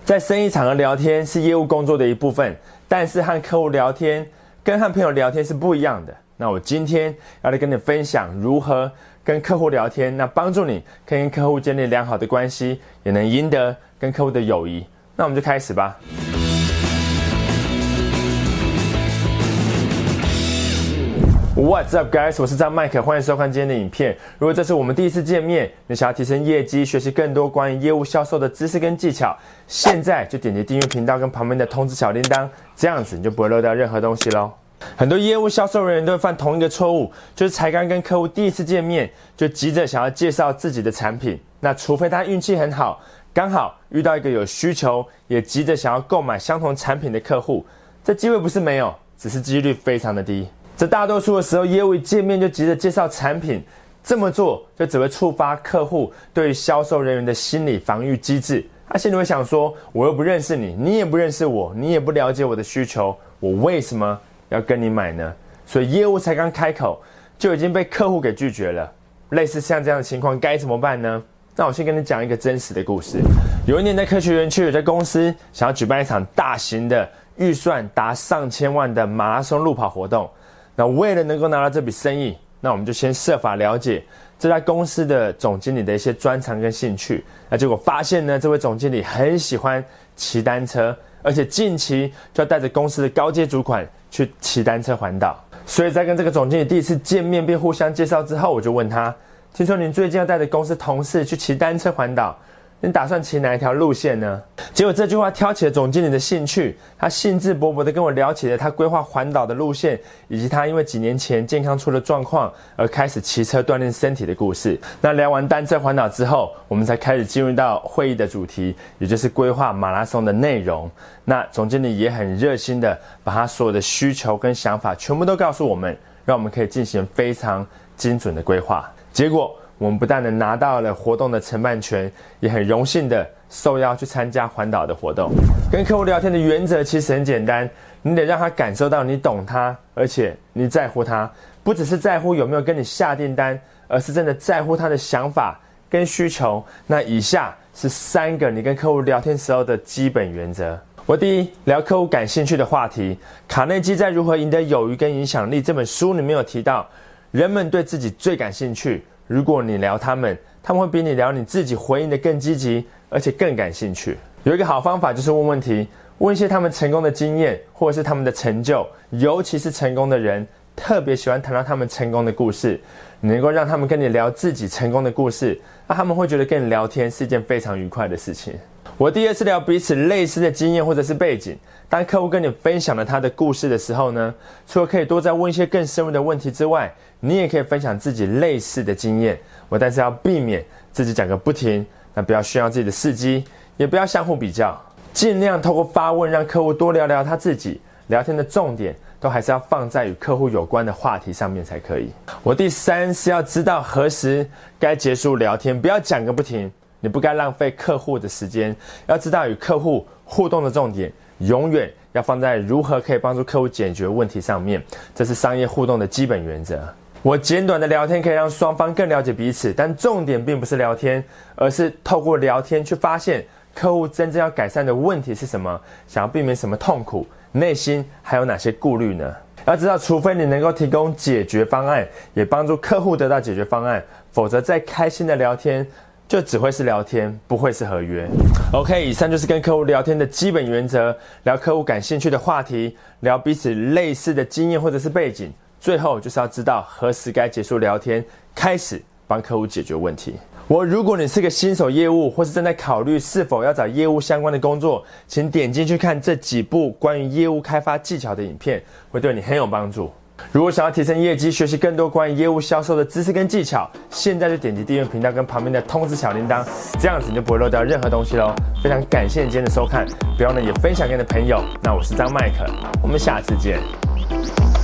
在生意场合聊天是业务工作的一部分，但是和客户聊天跟和朋友聊天是不一样的。那我今天要来跟你分享如何跟客户聊天，那帮助你可以跟客户建立良好的关系，也能赢得跟客户的友谊。那我们就开始吧。What's up, guys？ 我是张麦克，欢迎收看今天的影片。如果这是我们第一次见面，你想要提升业绩，学习更多关于业务销售的知识跟技巧，现在就点击订阅频道跟旁边的通知小铃铛，这样子你就不会漏掉任何东西咯。很多业务销售人员都会犯同一个错误，就是才刚跟客户第一次见面，就急着想要介绍自己的产品。那除非他运气很好，刚好遇到一个有需求，也急着想要购买相同产品的客户，这机会不是没有，只是几率非常的低。这大多数的时候，业务一见面就急着介绍产品，这么做就只会触发客户对于销售人员的心理防御机制。他心里会想说，我又不认识你，你也不认识我，你也不了解我的需求，我为什么要跟你买呢？所以业务才刚开口，就已经被客户给拒绝了。类似像这样的情况该怎么办呢？那我先跟你讲一个真实的故事。有一年在科学园区，有家公司想要举办一场大型的预算达上千万的马拉松路跑活动。那为了能够拿到这笔生意，那我们就先设法了解这家公司的总经理的一些专长跟兴趣。那结果发现呢，这位总经理很喜欢骑单车，而且近期就要带着公司的高阶主管去骑单车环岛。所以在跟这个总经理第一次见面并互相介绍之后，我就问他，听说您最近要带着公司同事去骑单车环岛，你打算骑哪一条路线呢？结果这句话挑起了总经理的兴趣，他兴致勃勃地跟我聊起了他规划环岛的路线，以及他因为几年前健康出了状况而开始骑车锻炼身体的故事。那聊完单车环岛之后，我们才开始进入到会议的主题，也就是规划马拉松的内容。那总经理也很热心的把他所有的需求跟想法全部都告诉我们，让我们可以进行非常精准的规划。结果我们不但能拿到了活动的承办权，也很荣幸的受邀去参加环岛的活动。跟客户聊天的原则其实很简单，你得让他感受到你懂他，而且你在乎他，不只是在乎有没有跟你下订单，而是真的在乎他的想法跟需求。那以下是3个你跟客户聊天时候的基本原则。第一，聊客户感兴趣的话题。卡内基在《如何赢得友谊跟影响力》这本书里面有提到，人们对自己最感兴趣，如果你聊他们会比你聊你自己回应的更积极，而且更感兴趣。有一个好方法就是问问题，问一些他们成功的经验，或者是他们的成就，尤其是成功的人特别喜欢谈到他们成功的故事。你能够让他们跟你聊自己成功的故事，那他们会觉得跟你聊天是一件非常愉快的事情。第二是聊彼此类似的经验或者是背景。当客户跟你分享了他的故事的时候呢，除了可以多再问一些更深入的问题之外，你也可以分享自己类似的经验。但是要避免自己讲个不停，那不要炫耀自己的事迹，也不要相互比较，尽量透过发问让客户多聊聊他自己。聊天的重点都还是要放在与客户有关的话题上面才可以。第3是要知道何时该结束聊天，不要讲个不停。你不该浪费客户的时间，要知道与客户互动的重点永远要放在如何可以帮助客户解决问题上面，这是商业互动的基本原则。简短的聊天可以让双方更了解彼此，但重点并不是聊天，而是透过聊天去发现客户真正要改善的问题是什么，想要避免什么痛苦，内心还有哪些顾虑呢？要知道，除非你能够提供解决方案，也帮助客户得到解决方案，否则再开心的聊天就只会是聊天，不会是合约。以上就是跟客户聊天的基本原则，聊客户感兴趣的话题，聊彼此类似的经验或者是背景，最后就是要知道何时该结束聊天，开始帮客户解决问题。如果你是个新手业务，或是正在考虑是否要找业务相关的工作，请点进去看这几部关于业务开发技巧的影片，会对你很有帮助。如果想要提升业绩，学习更多关于业务销售的知识跟技巧，现在就点击订阅频道跟旁边的通知小铃铛，这样子你就不会漏掉任何东西咯。非常感谢你今天的收看，不要忘了也分享给你的朋友。那我是张麦克，我们下次见。